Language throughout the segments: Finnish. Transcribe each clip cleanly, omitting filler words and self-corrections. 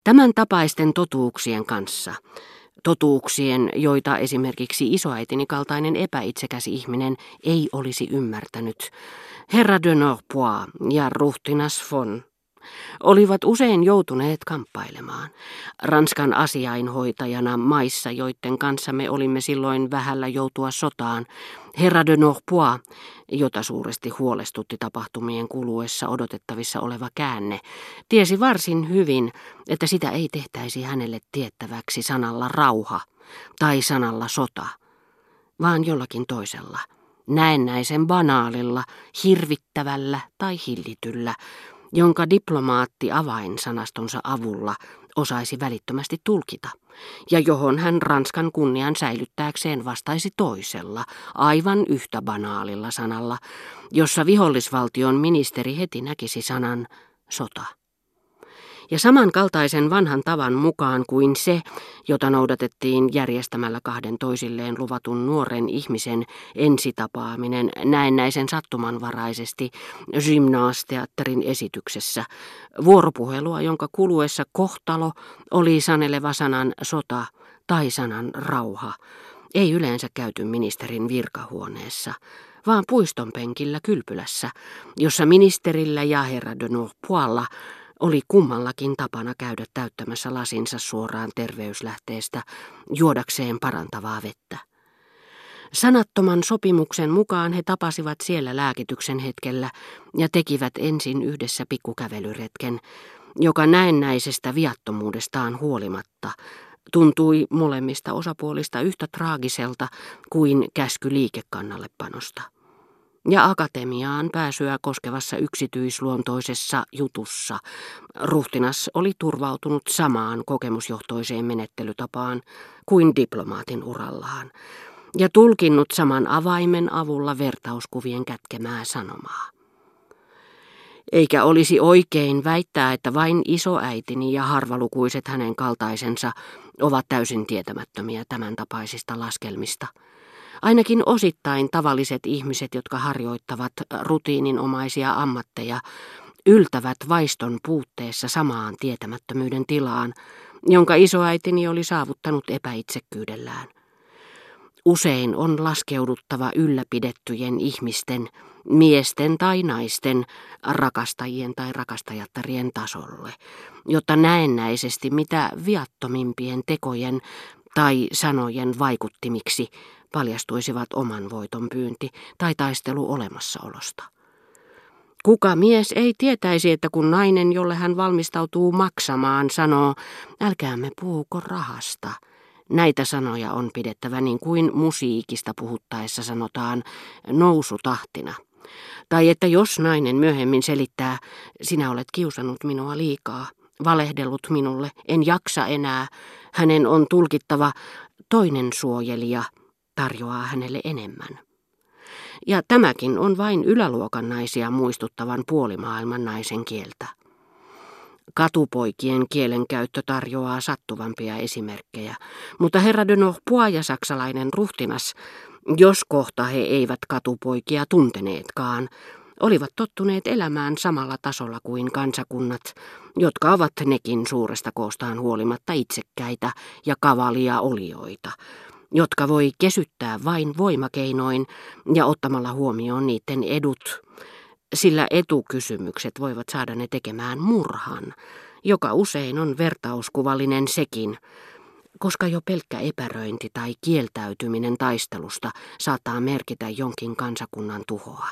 Tämän tapaisten totuuksien kanssa, totuuksien, joita esimerkiksi isoäitini kaltainen epäitsekäs ihminen ei olisi ymmärtänyt, herra de Norpois ja ruhtinas von olivat usein joutuneet kamppailemaan. Ranskan asiainhoitajana maissa, joiden kanssa me olimme silloin vähällä joutua sotaan, herra de Norpois, jota suuresti huolestutti tapahtumien kuluessa odotettavissa oleva käänne, tiesi varsin hyvin, että sitä ei tehtäisi hänelle tiettäväksi sanalla rauha tai sanalla sota, vaan jollakin toisella, näennäisen banaalilla, hirvittävällä tai hillityllä, jonka diplomaatti avainsanastonsa avulla osaisi välittömästi tulkita, ja johon hän Ranskan kunnian säilyttääkseen vastaisi toisella, aivan yhtä banaalilla sanalla, jossa vihollisvaltion ministeri heti näkisi sanan sota. Ja samankaltaisen vanhan tavan mukaan kuin se, jota noudatettiin järjestämällä kahden toisilleen luvatun nuoren ihmisen ensitapaaminen näennäisen sattumanvaraisesti Gymnase-teatterin esityksessä, vuoropuhelua, jonka kuluessa kohtalo oli saneleva sanan sota tai sanan rauha, ei yleensä käyty ministerin virkahuoneessa, vaan puistonpenkillä kylpylässä, jossa ministerillä ja herra de Norpoislla oli kummallakin tapana käydä täyttämässä lasinsa suoraan terveyslähteestä juodakseen parantavaa vettä. Sanattoman sopimuksen mukaan he tapasivat siellä lääkityksen hetkellä ja tekivät ensin yhdessä pikkukävelyretken, joka näennäisestä viattomuudestaan huolimatta tuntui molemmista osapuolista yhtä traagiselta kuin käsky liikekannallepanosta. Ja akatemiaan pääsyä koskevassa yksityisluontoisessa jutussa ruhtinas oli turvautunut samaan kokemusjohtoiseen menettelytapaan kuin diplomaatin urallaan ja tulkinnut saman avaimen avulla vertauskuvien kätkemää sanomaa. Eikä olisi oikein väittää, että vain isoäitini ja harvalukuiset hänen kaltaisensa ovat täysin tietämättömiä tämän tapaisista laskelmista. Ainakin osittain tavalliset ihmiset, jotka harjoittavat rutiininomaisia ammatteja, yltävät vaiston puutteessa samaan tietämättömyyden tilaan, jonka isoäitini oli saavuttanut epäitsekkyydellään. Usein on laskeuduttava ylläpidettyjen ihmisten, miesten tai naisten, rakastajien tai rakastajattarien tasolle, jotta näennäisesti mitä viattomimpien tekojen tai sanojen vaikuttimiksi paljastuisivat oman voiton pyynti tai taistelu olemassaolosta. Kuka mies ei tietäisi, että kun nainen, jolle hän valmistautuu maksamaan, sanoo, älkäämme puhuko rahasta. Näitä sanoja on pidettävä niin kuin musiikista puhuttaessa sanotaan nousutahtina. Tai että jos nainen myöhemmin selittää, sinä olet kiusannut minua liikaa, valehdellut minulle, en jaksa enää, hänen on tulkittava toinen suojelija tarjoaa hänelle enemmän. Ja tämäkin on vain yläluokan naisia muistuttavan puolimaailman naisen kieltä. Katupoikien kielenkäyttö tarjoaa sattuvampia esimerkkejä, mutta herra de Norpois ja saksalainen ruhtinas, jos kohta he eivät katupoikia tunteneetkaan, olivat tottuneet elämään samalla tasolla kuin kansakunnat, jotka ovat nekin suuresta koostaan huolimatta itsekkäitä ja kavalia olioita, jotka voi kesyttää vain voimakeinoin ja ottamalla huomioon niiden edut, sillä etukysymykset voivat saada ne tekemään murhan, joka usein on vertauskuvallinen sekin, koska jo pelkkä epäröinti tai kieltäytyminen taistelusta saattaa merkitä jonkin kansakunnan tuhoa.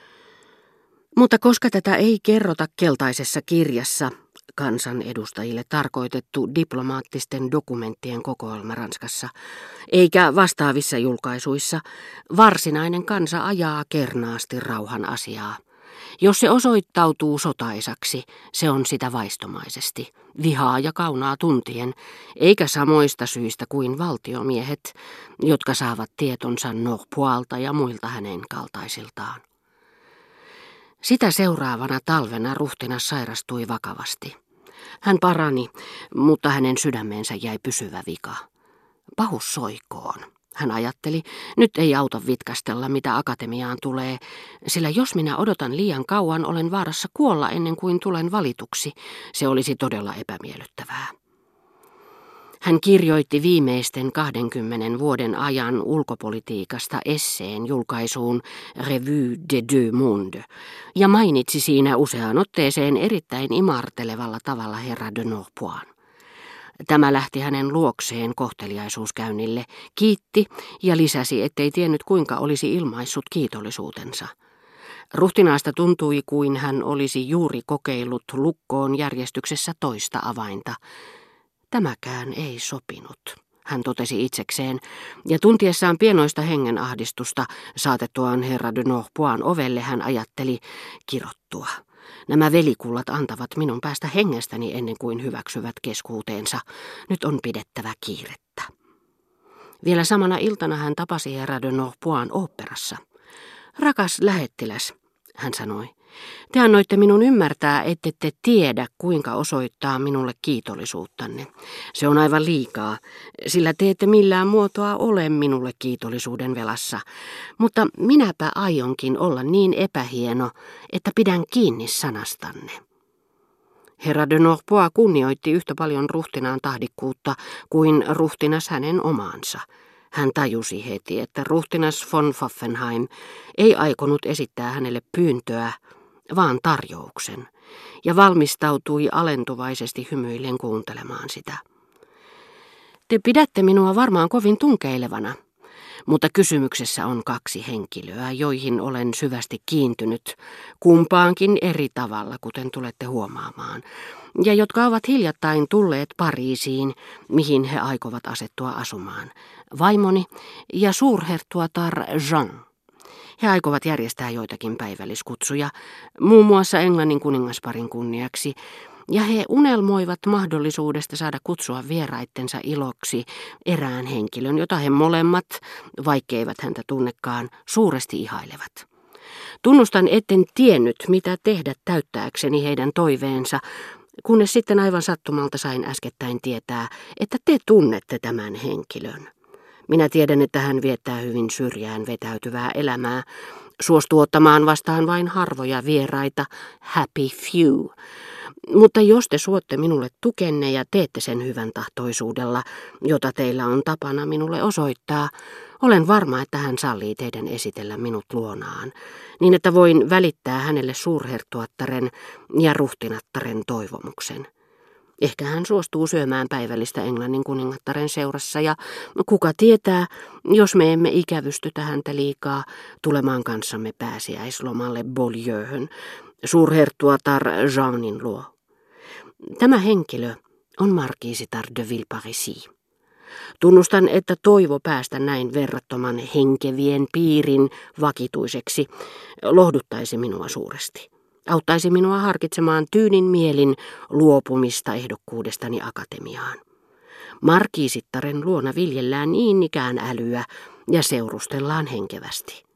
Mutta koska tätä ei kerrota keltaisessa kirjassa, kansanedustajille tarkoitettu diplomaattisten dokumenttien kokoelma Ranskassa, eikä vastaavissa julkaisuissa, varsinainen kansa ajaa kernaasti rauhan asiaa. Jos se osoittautuu sotaisaksi, se on sitä vaistomaisesti, vihaa ja kaunaa tuntien, eikä samoista syistä kuin valtiomiehet, jotka saavat tietonsa Norpoisilta ja muilta hänen kaltaisiltaan. Sitä seuraavana talvena ruhtinas sairastui vakavasti. Hän parani, mutta hänen sydämeensä jäi pysyvä vika. Pahus soikoon. Hän ajatteli, nyt ei auta vitkastella, mitä akatemiaan tulee, sillä jos minä odotan liian kauan, olen vaarassa kuolla ennen kuin tulen valituksi. Se olisi todella epämiellyttävää. Hän kirjoitti viimeisten 20 vuoden ajan ulkopolitiikasta esseen julkaisuun Revue des Deux Mondes ja mainitsi siinä useaan otteeseen erittäin imartelevalla tavalla herra de Norpoin. Tämä lähti hänen luokseen kohteliaisuuskäynnille, kiitti ja lisäsi, ettei tiennyt kuinka olisi ilmaissut kiitollisuutensa. Ruhtinaasta tuntui kuin hän olisi juuri kokeillut lukkoon järjestyksessä toista avainta. Tämäkään ei sopinut, hän totesi itsekseen, ja tuntiessaan pienoista hengenahdistusta saatettuaan herra de Norpoin ovelle hän ajatteli kirottua. Nämä velikullat antavat minun päästä hengestäni ennen kuin hyväksyvät keskuuteensa. Nyt on pidettävä kiirettä. Vielä samana iltana hän tapasi herra de Norpoin oopperassa. Rakas lähettiläs, hän sanoi, te annoitte minun ymmärtää, ettette tiedä, kuinka osoittaa minulle kiitollisuuttanne. Se on aivan liikaa, sillä te ette millään muotoa ole minulle kiitollisuuden velassa. Mutta minäpä aionkin olla niin epähieno, että pidän kiinni sanastanne. Herra de Norpois kunnioitti yhtä paljon ruhtinaan tahdikkuutta kuin ruhtinas hänen omaansa. Hän tajusi heti, että ruhtinas von Pfaffenheim ei aikonut esittää hänelle pyyntöä, vaan tarjouksen, ja valmistautui alentuvaisesti hymyillen kuuntelemaan sitä. Te pidätte minua varmaan kovin tunkeilevana, mutta kysymyksessä on 2 henkilöä, joihin olen syvästi kiintynyt, kumpaankin eri tavalla, kuten tulette huomaamaan, ja jotka ovat hiljattain tulleet Pariisiin, mihin he aikovat asettua asumaan, vaimoni ja suurherttuatar Jean. He aikovat järjestää joitakin päivälliskutsuja, muun muassa Englannin kuningasparin kunniaksi, ja he unelmoivat mahdollisuudesta saada kutsua vieraittensa iloksi erään henkilön, jota he molemmat, vaikkeivät häntä tunnekaan, suuresti ihailevat. Tunnustan, etten tiennyt, mitä tehdä täyttääkseni heidän toiveensa, kunnes sitten aivan sattumalta sain äskettäin tietää, että te tunnette tämän henkilön. Minä tiedän, että hän viettää hyvin syrjään vetäytyvää elämää, suostuu ottamaan vastaan vain harvoja vieraita, happy few. Mutta jos te suotte minulle tukenne ja teette sen hyvän tahtoisuudella, jota teillä on tapana minulle osoittaa, olen varma, että hän sallii teidän esitellä minut luonaan, niin että voin välittää hänelle suurherttuattaren ja ruhtinattaren toivomuksen. Ehkä hän suostuu syömään päivällistä Englannin kuningattaren seurassa ja kuka tietää, jos me emme ikävystytä häntä liikaa, tulemaan kanssamme pääsiäislomalle Beaulieuhun, suurherttuatar Jeanin luo. Tämä henkilö on markiisitar de Villeparisis. Tunnustan, että toivo päästä näin verrattoman henkevien piirin vakituiseksi lohduttaisi minua suuresti. Auttaisi minua harkitsemaan tyynin mielin luopumista ehdokkuudestani akatemiaan. Markiisittaren luona viljellään niin ikään älyä ja seurustellaan henkevästi.